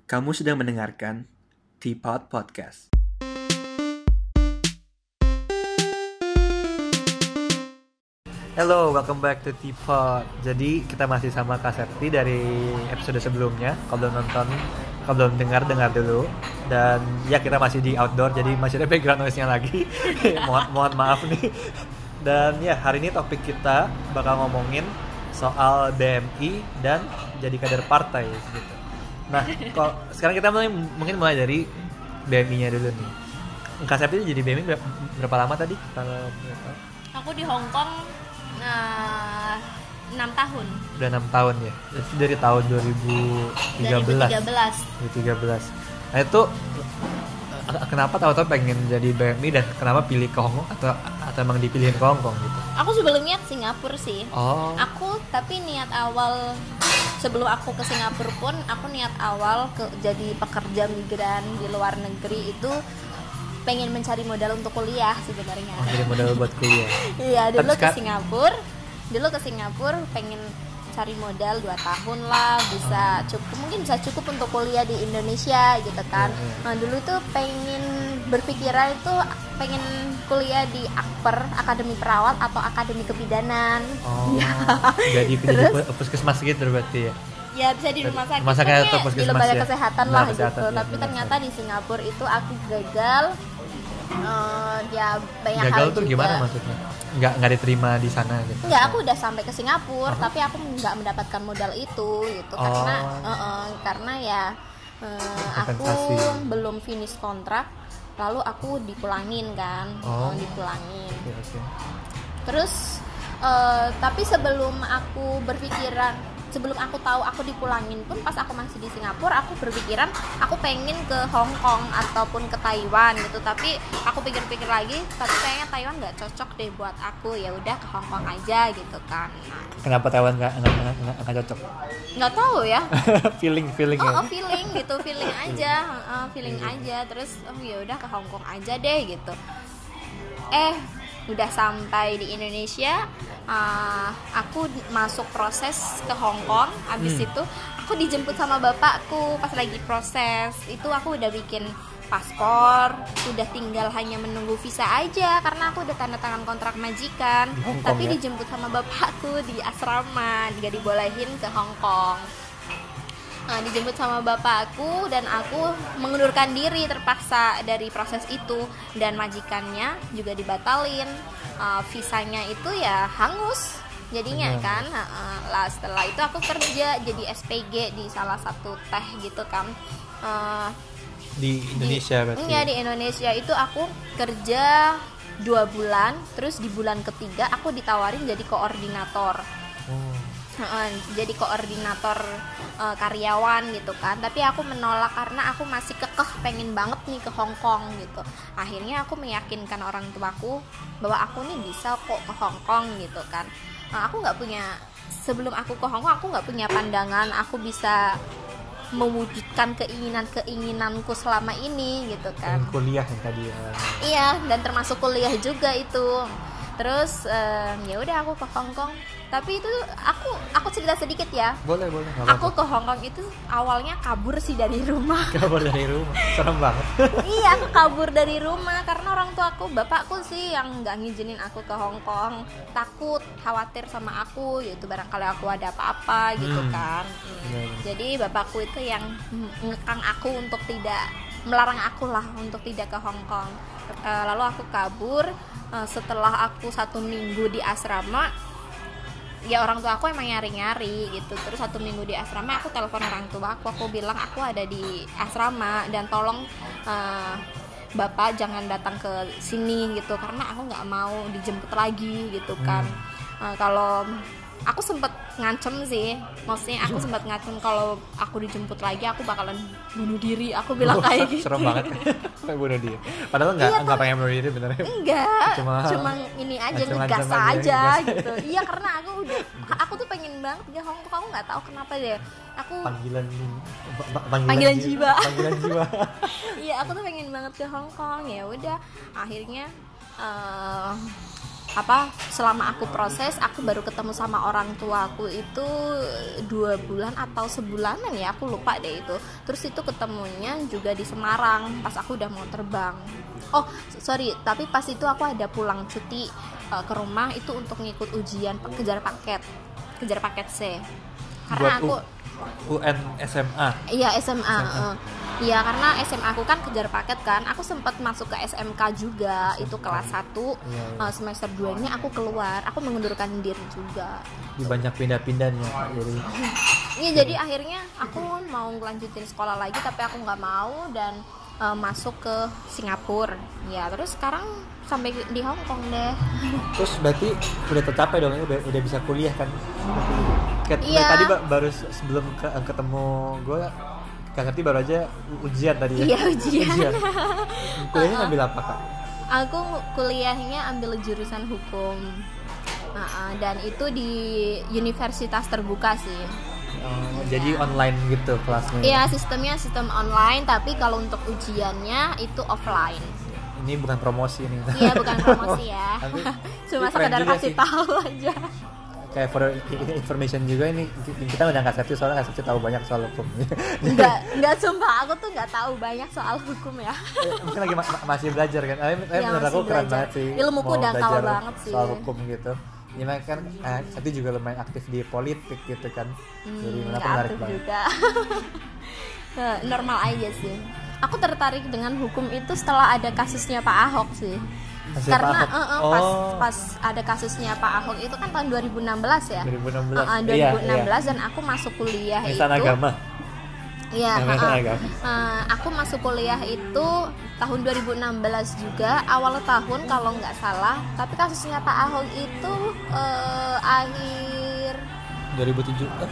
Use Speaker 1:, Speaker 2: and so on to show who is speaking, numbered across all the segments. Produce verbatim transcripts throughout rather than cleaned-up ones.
Speaker 1: Kamu sedang mendengarkan Teapot Podcast. Hello, welcome back to Teapot. Jadi kita masih sama Kak Septi dari episode sebelumnya. Kalau belum nonton, kalau belum dengar, dengar dulu. Dan ya kita masih di outdoor, jadi masih ada background noise-nya lagi. mohon, mohon maaf nih. Dan ya hari ini topik kita bakal ngomongin soal B M I dan jadi kader partai gitu. Nah, kok sekarang kita mulai, mungkin mulai dari B M I-nya dulu nih. Kak Septi jadi B M I berapa, berapa lama tadi? Kalau berapa?
Speaker 2: Aku di Hong Kong nah, enam tahun.
Speaker 1: Udah enam tahun ya. Jadi dari tahun dua ribu tiga belas.
Speaker 2: dua ribu tiga belas.
Speaker 1: dua ribu tiga belas. Nah, itu kenapa tahu-tahu pengen jadi B M I dan kenapa pilih ke Hong Kong atau atau emang dipilihin ke Hong Kong gitu?
Speaker 2: Aku sebelumnya ke Singapura sih.
Speaker 1: Oh.
Speaker 2: Aku tapi niat awal sebelum aku ke Singapura pun aku niat awal ke jadi pekerja migran di luar negeri itu pengen mencari modal untuk kuliah sebenarnya.
Speaker 1: Oh, jadi modal buat kuliah.
Speaker 2: Iya, dulu
Speaker 1: Tapi
Speaker 2: ke
Speaker 1: ska-
Speaker 2: Singapura. Dulu ke Singapura pengen cari modal dua tahun lah, bisa cukup mungkin bisa cukup untuk kuliah di Indonesia gitu kan.
Speaker 1: Iya, iya.
Speaker 2: Nah, dulu tuh pengen berpikiran itu pengen kuliah di Akper, Akademi Perawat atau Akademi Kebidanan.
Speaker 1: Oh.
Speaker 2: Ya.
Speaker 1: Jadi
Speaker 2: Terus?
Speaker 1: jadi puskesmas gitu berarti ya.
Speaker 2: Ya bisa di rumah sakit,
Speaker 1: Rumah sakit
Speaker 2: pokoknya
Speaker 1: atau
Speaker 2: di
Speaker 1: puskesmas
Speaker 2: lembaga
Speaker 1: ya?
Speaker 2: kesehatan
Speaker 1: Nah,
Speaker 2: lah
Speaker 1: kesehatan,
Speaker 2: gitu.
Speaker 1: ya,
Speaker 2: Tapi
Speaker 1: benar.
Speaker 2: ternyata di Singapura itu aku gagal. Uh, ya banyak
Speaker 1: Gagal
Speaker 2: hal
Speaker 1: tuh
Speaker 2: juga.
Speaker 1: gimana maksudnya? Nggak nggak diterima di sana gitu?
Speaker 2: Enggak, aku udah sampai ke Singapura,
Speaker 1: Apa?
Speaker 2: tapi aku nggak mendapatkan modal itu gitu
Speaker 1: Oh.
Speaker 2: karena uh, uh, karena ya uh, aku
Speaker 1: Kompensasi.
Speaker 2: belum finish kontrak, lalu aku dipulangin kan,
Speaker 1: Oh.
Speaker 2: uh, dipulangin.
Speaker 1: Oke, oke.
Speaker 2: Terus uh, tapi sebelum aku berpikiran sebelum aku tahu aku dipulangin pun pas aku masih di Singapura aku berpikiran aku pengen ke Hong Kong ataupun ke Taiwan gitu, tapi aku pikir-pikir lagi tapi kayaknya Taiwan nggak cocok deh buat aku, ya udah ke Hong Kong aja gitu kan. Nah,
Speaker 1: Kenapa Taiwan nggak nggak nggak- nggak nggak cocok?
Speaker 2: nggak tahu ya.
Speaker 1: feeling feeling
Speaker 2: Oh,
Speaker 1: ya.
Speaker 2: oh, feeling gitu, feeling aja, uh, feeling aja. Terus oh ya udah ke Hong Kong aja deh gitu. Eh, udah sampai di Indonesia, uh, aku masuk proses ke Hong Kong. Abis
Speaker 1: Hmm.
Speaker 2: itu aku dijemput sama bapakku pas lagi proses. Itu aku udah bikin paspor, udah tinggal hanya menunggu visa aja karena aku udah tanda tangan kontrak majikan.
Speaker 1: Di Hong Kong,
Speaker 2: Tapi
Speaker 1: ya?
Speaker 2: dijemput sama bapakku di asrama, gak dibolehin ke Hong Kong. Nah, dijemput sama bapakku dan aku mengundurkan diri terpaksa dari proses itu dan majikannya juga dibatalin. Uh, visanya itu ya hangus jadinya
Speaker 1: Benar.
Speaker 2: kan. Uh, lah setelah itu aku kerja jadi S P G di salah satu teh gitu kan. Uh,
Speaker 1: Di Indonesia
Speaker 2: di,
Speaker 1: berarti.
Speaker 2: Iya, di Indonesia itu aku kerja dua bulan, terus di bulan ketiga aku ditawarin jadi koordinator.
Speaker 1: Oh.
Speaker 2: Heeh, jadi koordinator uh, karyawan gitu kan, tapi aku menolak karena aku masih kekeh pengen banget nih ke Hong Kong gitu. Akhirnya aku meyakinkan orang tuaku bahwa aku nih bisa kok ke Hong Kong gitu kan. Nah, aku nggak punya sebelum aku ke Hong Kong aku nggak punya pandangan aku bisa mewujudkan keinginan-keinginanku selama ini gitu kan.
Speaker 1: Pengen kuliah yang tadi ya.
Speaker 2: Iya, dan termasuk kuliah juga itu. Terus um, ya udah aku ke Hong Kong. Tapi itu aku aku cerita sedikit ya.
Speaker 1: Boleh, boleh. Nggak
Speaker 2: Aku
Speaker 1: apa-apa.
Speaker 2: ke Hong Kong itu awalnya kabur sih dari rumah.
Speaker 1: Kabur dari rumah. Serem banget.
Speaker 2: Iya, aku kabur dari rumah karena orang tua aku, bapakku sih yang nggak ngizinin aku ke Hong Kong. Takut, khawatir sama aku, yaitu barangkali aku ada apa-apa gitu
Speaker 1: Hmm.
Speaker 2: kan. Hmm.
Speaker 1: Benar.
Speaker 2: Jadi bapakku itu yang ngekang aku untuk tidak melarang aku lah untuk tidak ke Hong Kong. Eh, lalu aku kabur. Eh, setelah aku satu minggu di asrama, ya orang tua aku emang nyari-nyari gitu. Terus satu minggu di asrama aku telepon orang tua aku, aku bilang aku ada di asrama dan tolong uh, bapak jangan datang ke sini gitu karena aku nggak mau dijemput lagi gitu kan. Uh, kalau aku sempet ngancem sih, maksudnya aku sempat ngancem kalau aku dijemput lagi aku bakalan bunuh diri, aku bilang kayak gitu.
Speaker 1: Serem banget. Kayak bunuh diri. Padahal nggak
Speaker 2: Iya,
Speaker 1: nggak pengen bunuh diri benernya.
Speaker 2: Enggak,
Speaker 1: Cuma-
Speaker 2: cuma, ini aja
Speaker 1: Macam-macam
Speaker 2: ngegas
Speaker 1: aja,
Speaker 2: aja
Speaker 1: ngegas.
Speaker 2: gitu. Iya, karena aku udah aku tuh pengen banget ke Hong Kong, aku nggak tahu kenapa deh. Aku
Speaker 1: Panggilan, pa- pa- panggilan,
Speaker 2: Panggilan jiwa.
Speaker 1: Panggilan jiwa.
Speaker 2: iya, aku tuh pengen banget ke Hong Kong. Ya udah, akhirnya eh, apa selama aku proses aku baru ketemu sama orang tuaku itu dua bulan atau sebulanan ya, aku lupa deh itu. Terus itu ketemunya juga di Semarang pas aku udah mau terbang. Oh sorry, tapi pas itu aku ada pulang cuti uh, ke rumah itu untuk ngikut ujian kejar paket kejar paket C karena
Speaker 1: buat
Speaker 2: aku
Speaker 1: U N S M A.
Speaker 2: Iya S M A. Iya uh. karena S M A aku kan kejar paket kan. Aku sempat masuk ke S M K juga. S M K. Itu kelas satu ya, ya. Uh, semester dua nya aku keluar. Aku mengundurkan diri juga.
Speaker 1: Di banyak pindah-pindahnya jadi.
Speaker 2: Iya jadi akhirnya aku mau ngelanjutin sekolah lagi tapi aku nggak mau dan uh, masuk ke Singapura. Ya terus sekarang sampai di Hong Kong deh.
Speaker 1: Terus berarti udah tercapai dong, udah udah bisa kuliah kan? Ket,
Speaker 2: iya.
Speaker 1: Tadi baru sebelum ke, ketemu gue, Kak Ngerti baru aja ujian tadi ya?
Speaker 2: Iya ujian, ujian.
Speaker 1: Kuliahnya ngambil apa Kak?
Speaker 2: Aku kuliahnya ambil jurusan hukum uh, dan itu di universitas terbuka sih.
Speaker 1: Oh, ya. Jadi online gitu kelasnya?
Speaker 2: Iya sistemnya sistem online tapi kalau untuk ujiannya itu offline.
Speaker 1: Ini bukan promosi nih.
Speaker 2: Iya bukan promosi ya. Cuma sekedar kasih tahu aja.
Speaker 1: Kayak for information juga ini kita udah nggak Septi soalnya nggak Septi tahu banyak soal hukum.
Speaker 2: Enggak, enggak sumpah aku tuh nggak tahu banyak soal hukum ya.
Speaker 1: Mungkin lagi ma- masih belajar kan. Tapi ya, menurut aku keren banget sih.
Speaker 2: Ilmuku dangkal banget sih.
Speaker 1: Soal hukum gitu. Ya kan eh, Septi juga lumayan aktif di politik gitu kan. Hmm, jadi menurut menarik banget. Juga.
Speaker 2: Normal aja sih. Aku tertarik dengan hukum itu setelah ada kasusnya Pak Ahok sih.
Speaker 1: Masih
Speaker 2: karena
Speaker 1: Pak
Speaker 2: uh, uh,
Speaker 1: oh.
Speaker 2: pas pas ada kasusnya Pak Ahok itu kan tahun dua ribu enam belas ya.
Speaker 1: dua ribu enam belas.
Speaker 2: Uh, uh, dua ribu enam belas
Speaker 1: iya,
Speaker 2: dan aku masuk kuliah
Speaker 1: Nisan
Speaker 2: itu.
Speaker 1: Agama.
Speaker 2: Iya, uh, uh, uh, aku masuk kuliah itu tahun dua ribu enam belas juga awal tahun kalau nggak salah. Tapi kasusnya Pak Ahok itu uh, akhir
Speaker 1: dua ribu tujuh eh?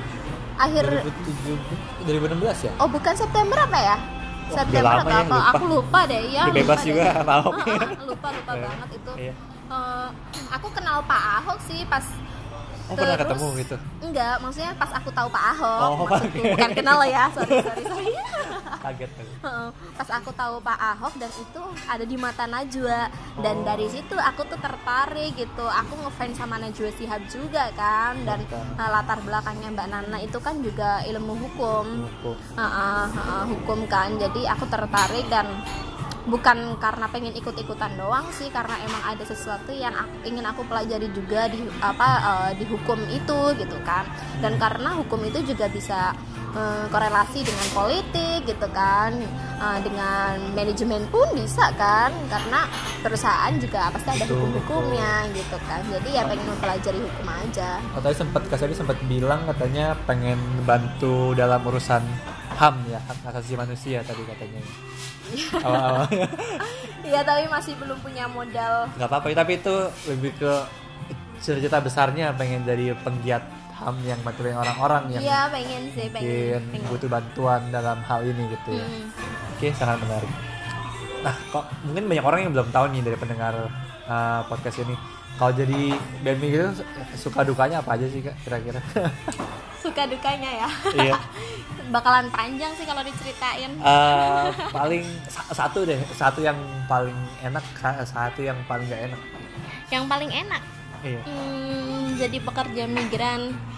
Speaker 2: Akhir
Speaker 1: dua ribu tujuh dua ribu enam belas ya?
Speaker 2: Oh, bukan September apa ya?
Speaker 1: Oh,
Speaker 2: September atau
Speaker 1: ya,
Speaker 2: apa? Aku lupa deh ya.
Speaker 1: Bebas juga Pak Ahok.
Speaker 2: lupa lupa banget itu.
Speaker 1: Iya.
Speaker 2: Uh, aku kenal Pak Ahok sih pas.
Speaker 1: Oh,
Speaker 2: terus,
Speaker 1: pernah ketemu gitu?
Speaker 2: Enggak, maksudnya pas aku tahu Pak Ahok.
Speaker 1: Oh,
Speaker 2: maksudku bukan kenal ya, sorry sorry sorry.
Speaker 1: Kaget tuh.
Speaker 2: Pas aku tahu Pak Ahok dan itu ada di mata Najwa dan oh. dari situ aku tuh tertarik gitu. Aku ngefans sama Najwa Shihab juga kan dan uh, latar belakangnya Mbak Nana itu kan juga ilmu hukum.
Speaker 1: Hukum.
Speaker 2: Uh, uh, uh, hukum kan. Jadi aku tertarik dan bukan karena pengen ikut-ikutan doang sih, karena emang ada sesuatu yang aku, ingin aku pelajari juga di apa uh, di hukum itu gitu kan. Dan karena hukum itu juga bisa uh, korelasi dengan politik gitu kan, uh, dengan manajemen pun bisa kan, karena perusahaan juga pasti ada hukum-hukumnya gitu kan. Jadi ya pengen mempelajari hukum aja.
Speaker 1: Oh, tadi sempat Kak Sari sempat bilang katanya pengen bantu dalam urusan H A M ya, hak asasi manusia tadi katanya. Awal-awalnya.
Speaker 2: Iya, tapi masih belum punya modal.
Speaker 1: Gak apa-apa, tapi itu lebih ke cita-cita besarnya pengen jadi penggiat H A M yang bantuin orang-orang yang
Speaker 2: iya, pengen sih, pengen, pengen
Speaker 1: butuh bantuan dalam hal ini gitu ya. Hmm. Oke, sangat menarik. Nah, kok mungkin banyak orang yang belum tahu nih dari pendengar uh, podcast ini. Kalau jadi B M I gitu suka dukanya apa aja sih Kak kira-kira?
Speaker 2: Suka dukanya ya?
Speaker 1: Iya.
Speaker 2: Bakalan panjang sih kalau diceritain.
Speaker 1: Uh, paling satu deh, satu yang paling enak, satu yang paling gak enak.
Speaker 2: Yang paling enak?
Speaker 1: Iya.
Speaker 2: Hmm, jadi pekerja migran,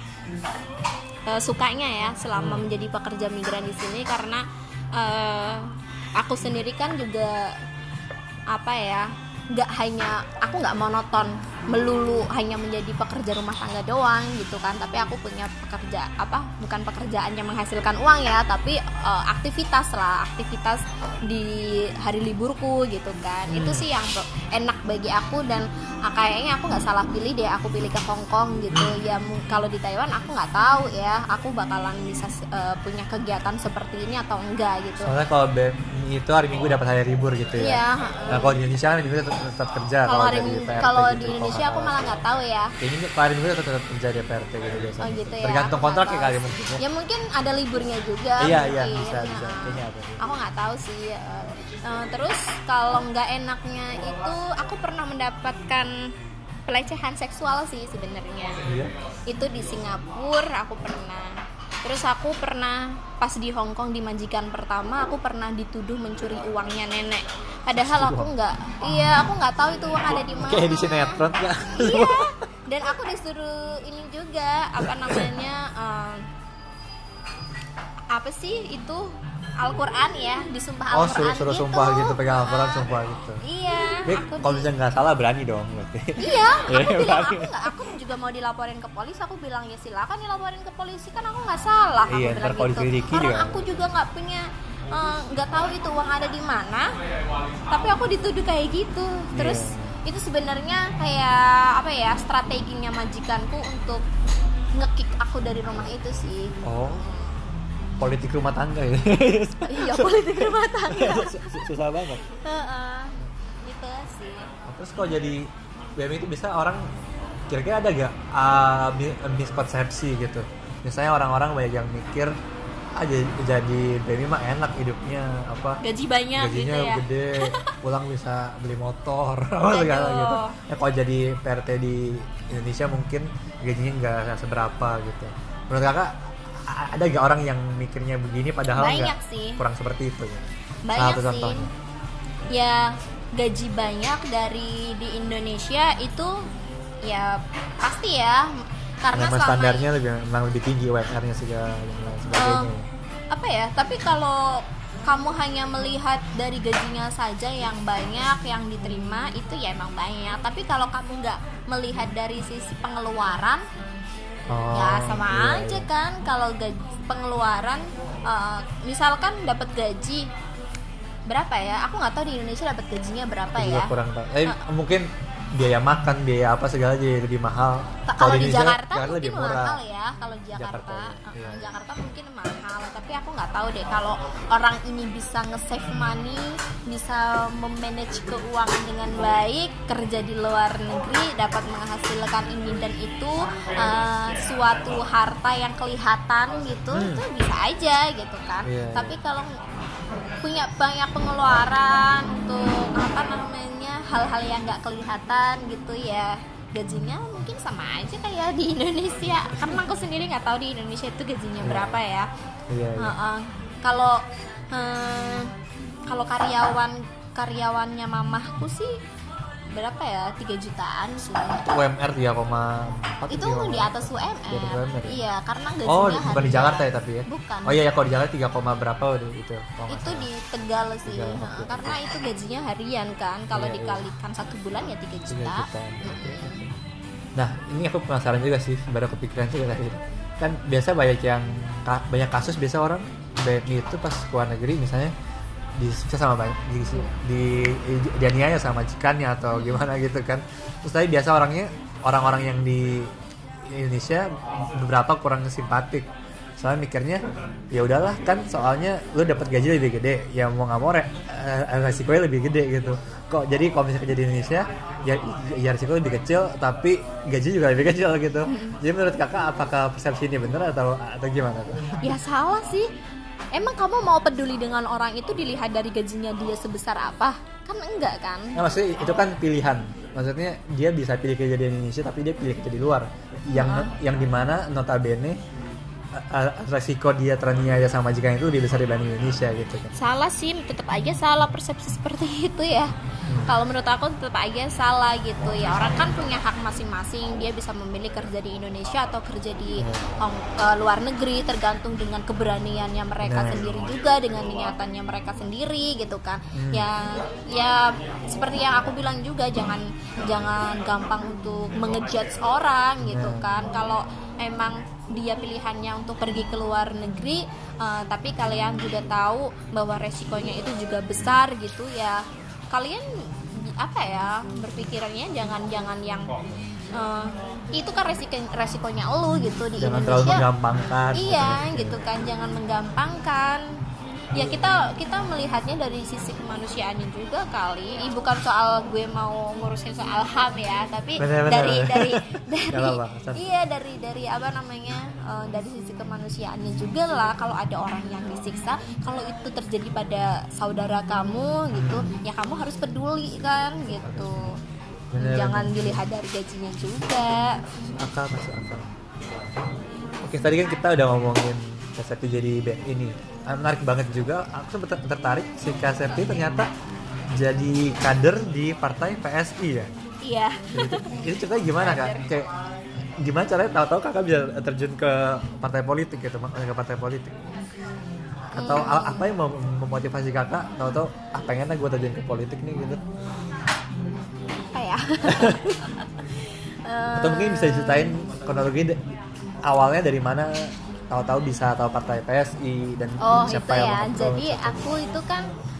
Speaker 2: uh, sukanya ya selama hmm. menjadi pekerja migran di sini karena uh, aku sendiri kan juga apa ya? Nggak hanya aku nggak monoton melulu hanya menjadi pekerja rumah tangga doang gitu kan, tapi aku punya pekerja apa bukan pekerjaan yang menghasilkan uang ya, tapi uh, aktivitas lah aktivitas di hari liburku gitu kan. hmm. Itu sih yang enak bagi aku dan uh, kayaknya aku nggak salah pilih deh, aku pilih ke Hong Kong gitu ya. Kalau di Taiwan aku nggak tahu ya aku bakalan bisa uh, punya kegiatan seperti ini atau enggak gitu.
Speaker 1: Soalnya kalau B M I itu hari Minggu dapat hari libur gitu ya.
Speaker 2: Iya.
Speaker 1: Nah kalau di Indonesia kan hari Minggu tetap, tetap kerja.
Speaker 2: Kalau hari kalau
Speaker 1: gitu,
Speaker 2: di Indonesia aku malah nggak tahu ya.
Speaker 1: Kayaknya hari Minggu tetap, tetap kerja di P R T gitu biasanya.
Speaker 2: Oh gitu ya.
Speaker 1: Tergantung kontrak ya kali mungkin.
Speaker 2: Ya mungkin ada liburnya juga.
Speaker 1: Iya
Speaker 2: mungkin.
Speaker 1: iya bisa bisa. Kayaknya ada.
Speaker 2: Aku nggak tahu sih. Uh, terus kalau nggak enaknya itu aku pernah mendapatkan pelecehan seksual sih sebenarnya.
Speaker 1: Iya.
Speaker 2: Itu di Singapura aku pernah. Terus aku pernah pas di Hong Kong di majikan pertama, aku pernah dituduh mencuri uangnya nenek. Padahal aku nggak, iya aku nggak tahu itu uang ada di mana.
Speaker 1: Kayak di sinetron nggak?
Speaker 2: Iya. Dan aku disuruh ini juga apa namanya um, apa sih itu Al-Quran ya, disumpah
Speaker 1: Oh,
Speaker 2: Al-Quran
Speaker 1: suruh, suruh
Speaker 2: gitu.
Speaker 1: sumpah gitu, pegang Al-Quran
Speaker 2: Ah,
Speaker 1: sumpah gitu.
Speaker 2: Iya.
Speaker 1: Jadi
Speaker 2: aku
Speaker 1: kalau
Speaker 2: di-
Speaker 1: misalnya nggak salah berani dong berarti.
Speaker 2: Iya,
Speaker 1: Iya,
Speaker 2: aku bilang
Speaker 1: berani.
Speaker 2: aku nggak, aku juga mau dilaporin ke polisi. Aku bilang ya silakan dilaporin ke polisi, kan aku nggak salah. Aku
Speaker 1: Iya,
Speaker 2: bilang
Speaker 1: ntar kalau
Speaker 2: gitu.
Speaker 1: diselidiki
Speaker 2: Karena
Speaker 1: juga.
Speaker 2: aku juga nggak punya, eh, nggak tahu itu uang ada di mana. Tapi aku dituduh kayak gitu. Terus
Speaker 1: Iya.
Speaker 2: itu sebenarnya kayak apa ya, strateginya majikanku untuk ngekick aku dari rumah itu sih.
Speaker 1: Oh, politik rumah tangga ya.
Speaker 2: Iya, politik rumah tangga.
Speaker 1: Susah banget.
Speaker 2: Heeh. Gitu sih.
Speaker 1: Terus kalau jadi B M I itu bisa orang kira-kira ada gak uh, miskonsepsi gitu? Misalnya orang-orang banyak yang mikir ah jadi, jadi B M I mah enak hidupnya, apa
Speaker 2: Gaji banyak
Speaker 1: gajinya
Speaker 2: gitu ya.
Speaker 1: gede, pulang bisa beli motor, apa segala
Speaker 2: Aduh.
Speaker 1: gitu. Ya kalau jadi P R T di Indonesia mungkin gajinya nggak seberapa gitu. Menurut kakak a- ada gak orang yang mikirnya begini padahal
Speaker 2: Banyak
Speaker 1: nggak
Speaker 2: sih.
Speaker 1: kurang seperti itu ya?
Speaker 2: Banyak
Speaker 1: Salah satu
Speaker 2: sih.
Speaker 1: contohnya.
Speaker 2: Ya gaji banyak dari di Indonesia itu ya pasti ya, karena
Speaker 1: Memang
Speaker 2: selama
Speaker 1: standarnya lebih memang lebih tinggi U M R-nya segala yang lain sebagainya.
Speaker 2: Eh, apa ya, tapi kalau kamu hanya melihat dari gajinya saja yang banyak yang diterima itu ya emang banyak, tapi kalau kamu nggak melihat dari sisi pengeluaran
Speaker 1: Oh,
Speaker 2: ya sama
Speaker 1: iya,
Speaker 2: aja
Speaker 1: iya.
Speaker 2: kan. Kalau gaji pengeluaran eh, misalkan dapat gaji berapa ya, aku nggak tahu di Indonesia dapat gajinya berapa
Speaker 1: Aku juga
Speaker 2: ya.
Speaker 1: kurang tahu. Eh,
Speaker 2: Uh,
Speaker 1: mungkin biaya makan, biaya apa segala jadi lebih mahal.
Speaker 2: Ta- Kalau di
Speaker 1: Indonesia,
Speaker 2: Jakarta
Speaker 1: Jakarta
Speaker 2: mungkin
Speaker 1: lebih murah.
Speaker 2: mahal ya. Kalau di Jakarta,
Speaker 1: Jakarta,
Speaker 2: uh,
Speaker 1: iya.
Speaker 2: Jakarta mungkin mahal. Tapi aku nggak tahu deh kalau orang ini bisa nge-save money, bisa memanage keuangan dengan baik, kerja di luar negeri, dapat menghasilkan ini dan itu, uh, suatu harta yang kelihatan gitu,
Speaker 1: Hmm.
Speaker 2: itu bisa aja gitu kan.
Speaker 1: Iya,
Speaker 2: Tapi kalau punya banyak pengeluaran untuk apa namanya hal-hal yang nggak kelihatan gitu ya, gajinya mungkin sama aja kayak di Indonesia. Karena aku sendiri nggak tahu di Indonesia itu gajinya
Speaker 1: Iya.
Speaker 2: berapa ya.
Speaker 1: Iya, iya.
Speaker 2: Heeh. Kalau hmm, kalau karyawan karyawannya mamahku sih berapa ya, tiga jutaan sih.
Speaker 1: U M R tiga koma empat
Speaker 2: Itu di atas U M
Speaker 1: Di atas U
Speaker 2: R.
Speaker 1: M R ya?
Speaker 2: Iya, karena gajinya
Speaker 1: Oh, bukan di
Speaker 2: harian.
Speaker 1: Jakarta ya tapi ya?
Speaker 2: Bukan.
Speaker 1: Oh iya ya, kalau di Jakarta tiga, berapa udah itu? kalau nggak
Speaker 2: Itu
Speaker 1: salah.
Speaker 2: di Tegal sih.
Speaker 1: Tegal,
Speaker 2: Nah,
Speaker 1: oke.
Speaker 2: karena itu gajinya harian kan. Kalau
Speaker 1: Iya, iya.
Speaker 2: dikalikan satu bulan ya tiga
Speaker 1: tiga
Speaker 2: juta.
Speaker 1: juta. Oke, oke. Nah, ini aku penasaran juga sih, baru kepikiran juga tadi. Kan biasa banyak yang banyak kasus biasa orang B M I itu pas ke luar negeri misalnya disiksa sama banyak di di dianiaya sama majikannya atau gimana gitu kan. Terus tadi biasa orangnya orang-orang yang di Indonesia beberapa kurang simpatik. Soalnya mikirnya ya udahlah kan soalnya lu dapat gaji lebih gede, ya mau nggak mau re, eh, resikonya lebih gede gitu. Kok jadi kalau misalnya kerja di Indonesia ya, ya resiko lebih kecil tapi gaji juga lebih kecil gitu. Jadi menurut kakak apakah persepsi ini benar atau atau gimana tuh?
Speaker 2: Ya salah sih. Emang kamu mau peduli dengan orang itu dilihat dari gajinya dia sebesar apa? Kan enggak kan?
Speaker 1: Nah, maksudnya itu kan pilihan. Maksudnya dia bisa pilih kerja di Indonesia tapi dia pilih kerja di luar. Yang
Speaker 2: Ah.
Speaker 1: yang dimana notabene uh, resiko dia teraniaya sama majikan itu lebih besar dibanding Indonesia gitu kan.
Speaker 2: Salah sih, tetap aja salah persepsi seperti itu ya. Kalau menurut aku tetap aja salah gitu ya. Orang kan punya hak masing-masing. Dia bisa memilih kerja di Indonesia atau kerja di Hong, eh, luar negeri, tergantung dengan keberaniannya mereka
Speaker 1: Nah.
Speaker 2: sendiri juga, dengan niatannya mereka sendiri gitu kan.
Speaker 1: Hmm.
Speaker 2: Ya ya seperti yang aku bilang juga, jangan jangan gampang untuk mengejudge orang gitu
Speaker 1: Nah.
Speaker 2: kan. Kalau emang dia pilihannya untuk pergi ke luar negeri, eh, tapi kalian juga tahu bahwa resikonya itu juga besar gitu ya, kalian apa ya berpikirannya jangan-jangan yang eh, itu kan resiko resikonya elu gitu di
Speaker 1: Jangan terlalu
Speaker 2: Indonesia.
Speaker 1: menggampangkan.
Speaker 2: Iya gitu kan, jangan menggampangkan. Ya kita kita melihatnya dari sisi kemanusiaannya juga kali. Ih, bukan soal gue mau ngurusin soal H A M ya, tapi
Speaker 1: Bener-bener.
Speaker 2: dari dari dari
Speaker 1: Gak apa-apa, Ustaz.
Speaker 2: iya dari dari apa namanya eh, dari sisi kemanusiaannya juga lah. Kalau ada orang yang disiksa, kalau itu terjadi pada saudara kamu gitu, ya kamu harus peduli kan gitu.
Speaker 1: Bener.
Speaker 2: Jangan dilihat dari gajinya juga.
Speaker 1: Akal masuk akal. Oke, tadi kan kita udah ngomongin Kak Septi jadi band ini. Ah, menarik banget juga, aku sempat tertarik si Kak Septi ternyata jadi kader di partai P S I ya.
Speaker 2: Iya.
Speaker 1: Itu, itu ceritanya gimana Kak? Kayak gimana caranya tahu-tahu Kakak bisa terjun ke partai politik gitu, ke partai politik? Atau hmm. apa yang mem- memotivasi Kakak tahu-tahu ah pengen gue terjun ke politik nih gitu?
Speaker 2: Apa ya?
Speaker 1: Atau mungkin bisa diceritain kronologi de- awalnya dari mana tahu-tahu bisa tahu partai P S I dan
Speaker 2: oh,
Speaker 1: siapa
Speaker 2: itu
Speaker 1: yang
Speaker 2: ya.
Speaker 1: mau
Speaker 2: Jadi aku itu kan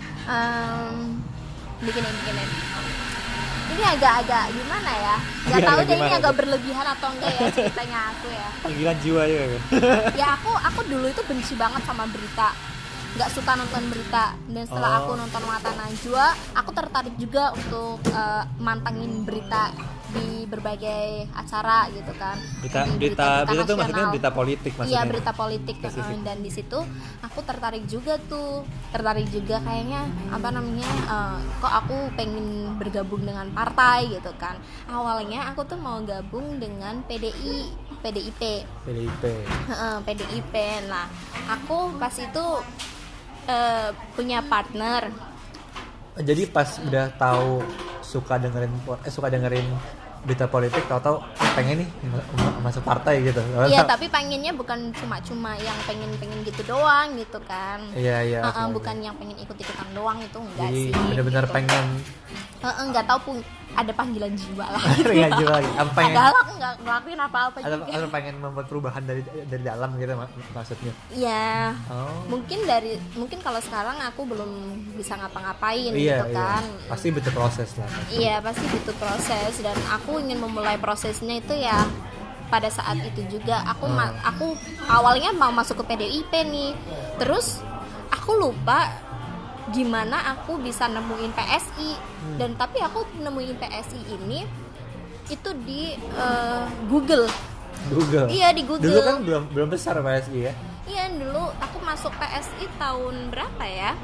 Speaker 2: um, bikinin bikinin. Ini agak-agak gimana ya? Gak tahu deh ini agak berlebihan atau enggak ya ceritanya aku ya.
Speaker 1: Panggilan jiwa ya kan?
Speaker 2: Ya aku aku dulu itu benci banget sama berita. Nggak suka nonton berita. Dan setelah
Speaker 1: oh.
Speaker 2: aku nonton Mata Najwa, aku tertarik juga untuk uh, mantengin berita di berbagai acara gitu kan.
Speaker 1: Berita berita berita itu maksudnya berita politik maksudnya.
Speaker 2: Iya, berita politik uh, dan di situ aku tertarik juga tuh. Tertarik juga kayaknya apa namanya? Uh, kok aku pengen bergabung dengan partai gitu kan. Awalnya aku tuh mau gabung dengan P D I, P D I P.
Speaker 1: P D I P.
Speaker 2: Heeh, P D I P. Nah, aku pas itu uh, punya partner.
Speaker 1: Jadi pas udah tahu suka dengerin eh suka dengerin berita politik, tahu-tahu pengen nih masuk partai gitu.
Speaker 2: Iya, tapi pengennya bukan cuma-cuma yang pengen-pengen gitu doang gitu kan.
Speaker 1: Iya, iya.
Speaker 2: Uh-uh,
Speaker 1: okay,
Speaker 2: bukan
Speaker 1: okay.
Speaker 2: yang pengen ikut-ikutan doang itu enggak
Speaker 1: jadi,
Speaker 2: sih.
Speaker 1: Jadi benar-benar
Speaker 2: gitu.
Speaker 1: pengen
Speaker 2: uh-uh, enggak tahu pun ada panggilan jiwa lah.
Speaker 1: Panggilan jiwa lagi. Apa pengen?
Speaker 2: Padahal aku enggak ngelakuin apa-apa
Speaker 1: atau,
Speaker 2: juga.
Speaker 1: Atau pengen membuat perubahan dari dari dalam gitu mak- maksudnya.
Speaker 2: Iya.
Speaker 1: Oh.
Speaker 2: Mungkin dari mungkin kalau sekarang aku belum bisa ngapa-ngapain
Speaker 1: iya,
Speaker 2: gitu kan.
Speaker 1: Iya. Pasti butuh proses lah.
Speaker 2: Iya, pasti butuh proses dan aku ingin memulai prosesnya itu ya pada saat itu juga. Aku
Speaker 1: hmm.
Speaker 2: ma- aku awalnya mau masuk ke P D I P nih. Terus aku lupa gimana aku bisa nemuin P S I hmm. dan tapi aku nemuin P S I ini itu di uh, Google.
Speaker 1: Google.
Speaker 2: Iya, di Google.
Speaker 1: Dulu kan belum belum besar P S I ya.
Speaker 2: Iya, dulu aku masuk P S I tahun berapa ya?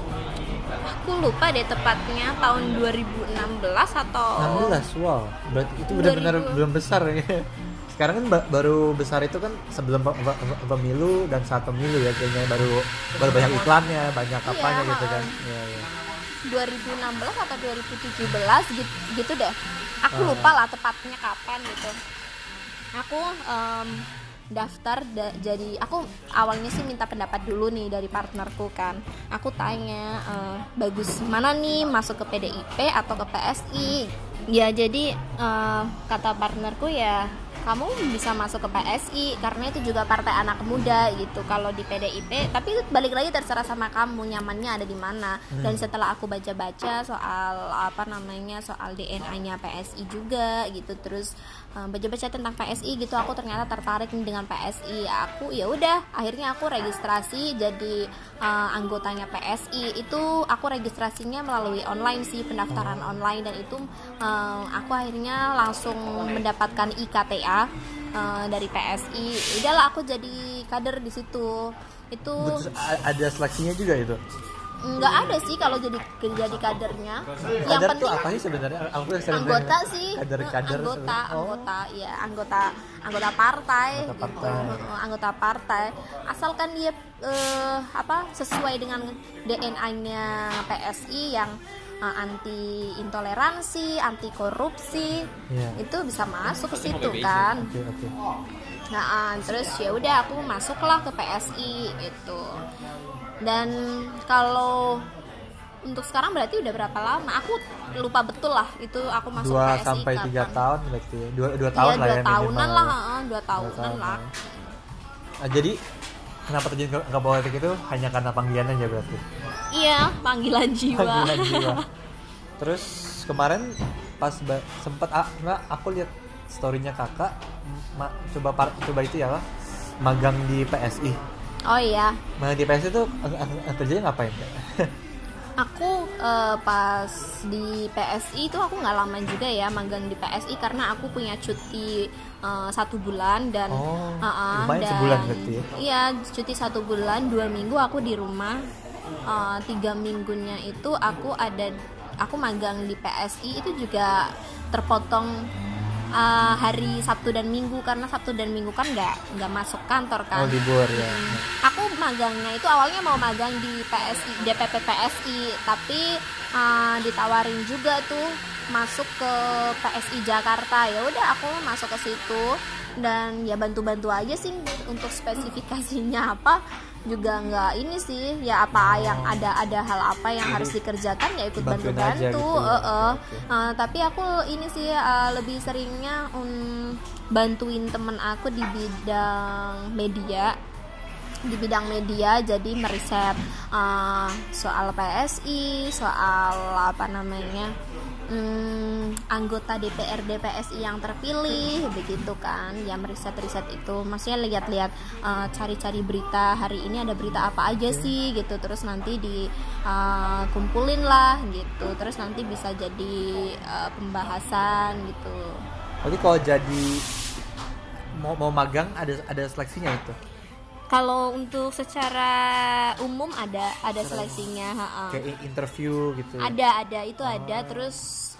Speaker 2: Aku lupa deh tepatnya tahun dua ribu enam belas atau
Speaker 1: enam belas. Wow. Berarti itu benar-benar belum besar ya. Sekarang kan ba- baru besar itu kan sebelum pemilu dan saat pemilu ya, kayaknya baru baru banyak iklannya, banyak apanya
Speaker 2: iya,
Speaker 1: gitu kan. Iya, iya.
Speaker 2: dua ribu enam belas atau dua ribu tujuh belas gitu, gitu deh. Aku
Speaker 1: uh.
Speaker 2: lupa lah tepatnya kapan gitu. Aku um, daftar da- jadi aku awalnya sih minta pendapat dulu nih dari partnerku kan. Aku tanya uh, bagus mana nih masuk ke P D I P atau ke P S I. Ya jadi uh, kata partnerku ya kamu bisa masuk ke P S I karena itu juga partai anak muda gitu. Kalau di P D I P, tapi balik lagi terserah sama kamu nyamannya ada di mana. Hmm. Dan setelah aku baca-baca soal apa namanya soal D N A-nya P S I juga gitu, terus um, baca-baca tentang P S I gitu, aku ternyata tertarik dengan P S I. Aku ya udah, akhirnya aku registrasi jadi uh, anggotanya P S I. Itu aku registrasinya melalui online sih, pendaftaran online, dan itu um, aku akhirnya langsung mendapatkan I K T A Uh, dari P S I. Udahlah aku jadi kader di situ. Itu
Speaker 1: Betul, ada seleksinya juga itu.
Speaker 2: Nggak ada sih kalau jadi jadi kadernya.
Speaker 1: Kader
Speaker 2: Yang penting
Speaker 1: tuh apa sih sebenarnya? Aku
Speaker 2: anggota sih.
Speaker 1: Kader-kader.
Speaker 2: Anggota,
Speaker 1: oh.
Speaker 2: anggota, ya anggota, anggota partai.
Speaker 1: Anggota partai.
Speaker 2: Gitu. Anggota partai. Asalkan dia uh, apa sesuai dengan D N A-nya P S I yang uh, anti intoleransi, anti korupsi, yeah. itu bisa masuk ke situ kan.
Speaker 1: Okay, okay.
Speaker 2: Nah, terus ya udah aku masuklah ke P S I gitu. Dan kalau untuk sekarang berarti udah berapa lama? Aku lupa betul lah itu aku masuk
Speaker 1: dua
Speaker 2: P S I
Speaker 1: sampai
Speaker 2: kapan.
Speaker 1: tiga tahun berarti ya. Dua, dua tahun
Speaker 2: iya,
Speaker 1: lah
Speaker 2: dua
Speaker 1: ya
Speaker 2: tahunan
Speaker 1: minimal.
Speaker 2: lah, uh, dua tahunan
Speaker 1: dua tahun
Speaker 2: lah.
Speaker 1: Nah, jadi kenapa terjun ke, ke politik itu hanya karena panggilan aja berarti?
Speaker 2: Iya, panggilan jiwa.
Speaker 1: Panggilan jiwa. Terus kemarin pas ba- sempet ah, nggak aku lihat story-nya kakak ma- coba par- coba itu ya magang di P S I.
Speaker 2: Oh iya.
Speaker 1: Magang di P S I itu kerjanya ngapain kak?
Speaker 2: Aku uh, pas di P S I itu aku nggak lama juga ya magang di P S I karena aku punya cuti uh, satu bulan dan
Speaker 1: oh,
Speaker 2: uh-uh,
Speaker 1: lumayan
Speaker 2: dan
Speaker 1: sebulan berarti ya?
Speaker 2: Iya, cuti satu bulan, dua minggu aku di rumah, uh, tiga minggunya itu aku ada aku magang di P S I itu juga terpotong uh, hari Sabtu dan Minggu, karena Sabtu dan Minggu kan nggak nggak masuk kantor kan.
Speaker 1: Oh, libur ya.
Speaker 2: Hmm. Aku magangnya itu awalnya mau magang di P S I, D P P P S I, tapi uh, ditawarin juga tuh masuk ke P S I Jakarta. Ya udah aku masuk ke situ dan ya bantu-bantu aja sih, untuk spesifikasinya apa juga nggak ini sih, ya apa yang ada ada hal apa yang harus dikerjakan ya ikut bantu-bantu.
Speaker 1: Gitu
Speaker 2: uh,
Speaker 1: ya.
Speaker 2: uh.
Speaker 1: Okay.
Speaker 2: Uh, tapi aku ini sih uh, lebih seringnya um, bantuin temen aku di bidang media di bidang media jadi meriset uh, soal P S I, soal apa namanya Hmm, anggota D P R D P S I yang terpilih begitu kan, ya meriset-riset itu, maksudnya lihat-lihat uh, cari-cari berita hari ini ada berita apa aja sih gitu, terus nanti dikumpulin uh, lah gitu, terus nanti bisa jadi uh, pembahasan gitu.
Speaker 1: Jadi kalau jadi mau mau magang ada ada seleksinya itu?
Speaker 2: Kalau untuk secara umum ada ada seleksinya, ha-ha.
Speaker 1: Kayak interview gitu.
Speaker 2: Ada ada itu ada. Terus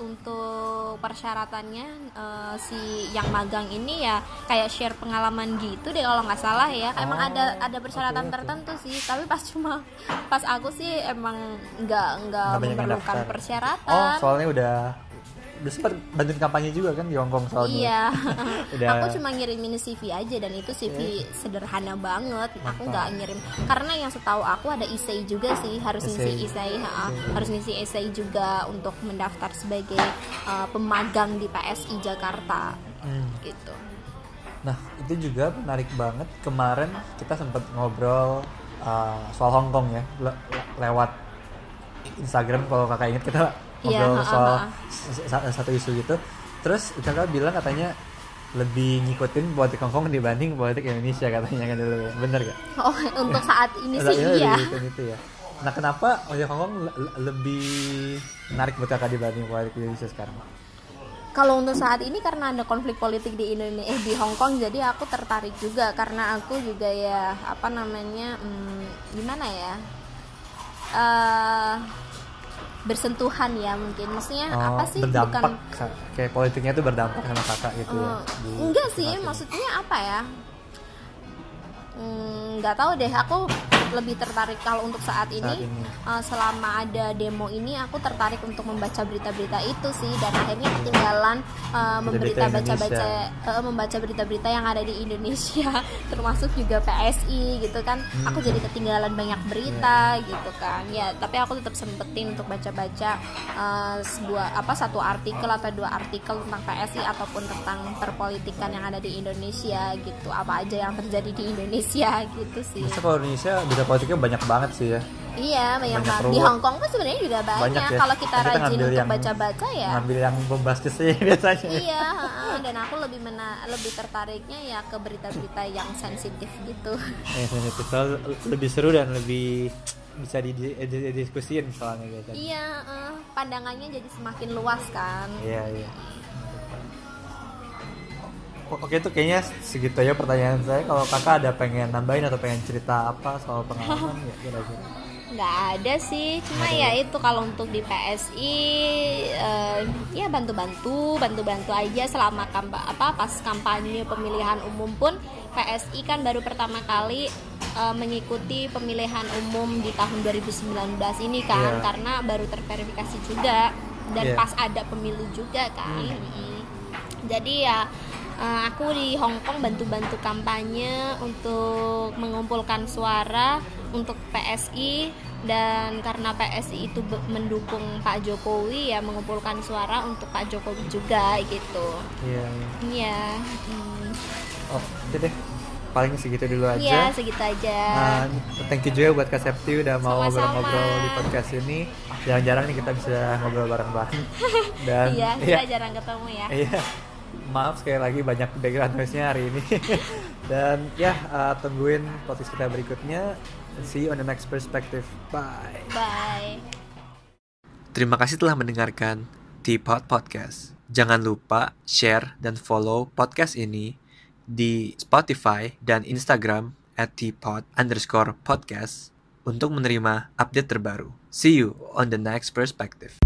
Speaker 2: untuk persyaratannya uh, si yang magang ini ya kayak share pengalaman gitu deh kalau nggak salah ya. Emang
Speaker 1: Oh,
Speaker 2: ada ada persyaratan
Speaker 1: okay, okay.
Speaker 2: tertentu sih. Tapi pas cuma pas aku sih emang nggak nggak
Speaker 1: Nggak banyak yang
Speaker 2: memerlukan
Speaker 1: daftar.
Speaker 2: persyaratan.
Speaker 1: Oh, soalnya udah udah sempat bantuin kampanye juga kan di Hongkong soalnya.
Speaker 2: Iya.
Speaker 1: Udah.
Speaker 2: Aku cuma ngirimin C V aja dan itu C V yeah. sederhana banget. Aku nggak ngirim karena yang setahu aku ada essay juga sih, harus ngisi essay, ha, harus ngisi essay juga untuk mendaftar sebagai uh, pemagang di P S I Jakarta. Hmm. Gitu.
Speaker 1: Nah, itu juga menarik banget. Kemarin kita sempat ngobrol uh, soal Hongkong ya, le- le- lewat Instagram kalau kakak ingat kita ngobrol
Speaker 2: yeah,
Speaker 1: soal
Speaker 2: uh, uh.
Speaker 1: satu isu gitu. Terus kakak bilang katanya lebih ngikutin politik Hongkong dibanding politik Indonesia katanya kan dulu ya. Bener gak?
Speaker 2: Oh, untuk saat ini sih iya.
Speaker 1: Itu ya. Nah, kenapa politik Hongkong le- lebih menarik buat kakak dibanding politik Indonesia sekarang?
Speaker 2: Kalau untuk saat ini karena ada konflik politik di Indonesia, eh, di Hong Kong, jadi aku tertarik juga karena aku juga ya apa namanya, hmm, gimana ya, uh, bersentuhan ya mungkin, maksudnya oh, apa sih?
Speaker 1: Berdampak,
Speaker 2: bukan
Speaker 1: kayak politiknya itu berdampak sama kakak gitu uh, ya?
Speaker 2: Di enggak sih, maksudnya apa ya? Nggak hmm, tahu deh, aku lebih tertarik kalau untuk saat ini, saat ini. Uh, selama ada demo ini aku tertarik untuk membaca berita-berita itu sih, dan akhirnya ketinggalan uh, memberita baca-baca uh, membaca berita-berita yang ada di Indonesia termasuk juga P S I gitu kan. hmm. Aku jadi ketinggalan banyak berita yeah. gitu kan ya, tapi aku tetap sempetin untuk baca-baca uh, sebuah apa satu artikel atau dua artikel tentang P S I ataupun tentang perpolitikan yang ada di Indonesia gitu, apa aja yang terjadi di Indonesia gitu sih.
Speaker 1: Masa kalau Indonesia berita politiknya banyak banget sih ya.
Speaker 2: Iya, banyak banget. Di Hong Kong pun sebenarnya juga banyak. banyak ya? Kalau kita, kita rajin untuk yang, baca-baca ya.
Speaker 1: Ngambil yang bombastis sih biasanya.
Speaker 2: Iya, dan aku lebih mena, lebih tertariknya ya ke berita-berita yang sensitif gitu.
Speaker 1: Eh, sensitif. Soal lebih seru dan lebih bisa didiskusiin soalnya gitu.
Speaker 2: Iya, uh, pandangannya jadi semakin luas kan.
Speaker 1: Iya, iya. Oke, itu kayaknya segitu aja pertanyaan saya. Kalau kakak ada pengen nambahin atau pengen cerita apa soal pengalaman ya kira-kira?
Speaker 2: Nggak ada sih, cuma ada. Ya itu kalau untuk di P S I uh, ya bantu-bantu, bantu-bantu aja selama kampa, apa pas kampanye pemilihan umum pun. P S I kan baru pertama kali uh, mengikuti pemilihan umum di tahun dua ribu sembilan belas ini kan, yeah. karena baru terverifikasi juga dan yeah. pas ada pemilu juga kan. Hmm. Hmm. Jadi ya Uh, aku di Hong Kong bantu-bantu kampanye untuk mengumpulkan suara untuk P S I, dan karena P S I itu be- mendukung Pak Jokowi ya mengumpulkan suara untuk Pak Jokowi juga gitu.
Speaker 1: Iya.
Speaker 2: Iya. Hmm.
Speaker 1: Oh, itu deh. Paling segitu dulu aja.
Speaker 2: Iya, segitu aja.
Speaker 1: Nah, thank you juga buat Kak Septi udah mau
Speaker 2: Sama-sama.
Speaker 1: ngobrol-ngobrol di podcast ini. Jarang-jarang nih kita bisa ngobrol bareng-bareng. Dan
Speaker 2: iya, kita iya. jarang ketemu ya.
Speaker 1: Iya. Maaf sekali lagi banyak background noise-nya hari ini. Dan ya uh, tungguin podcast kita berikutnya. See you on the next perspective. Bye.
Speaker 2: Bye.
Speaker 1: Terima kasih telah mendengarkan Teapot Podcast. Jangan lupa share dan follow podcast ini di Spotify dan Instagram at teapot underscore podcast untuk menerima update terbaru. See you on the next perspective.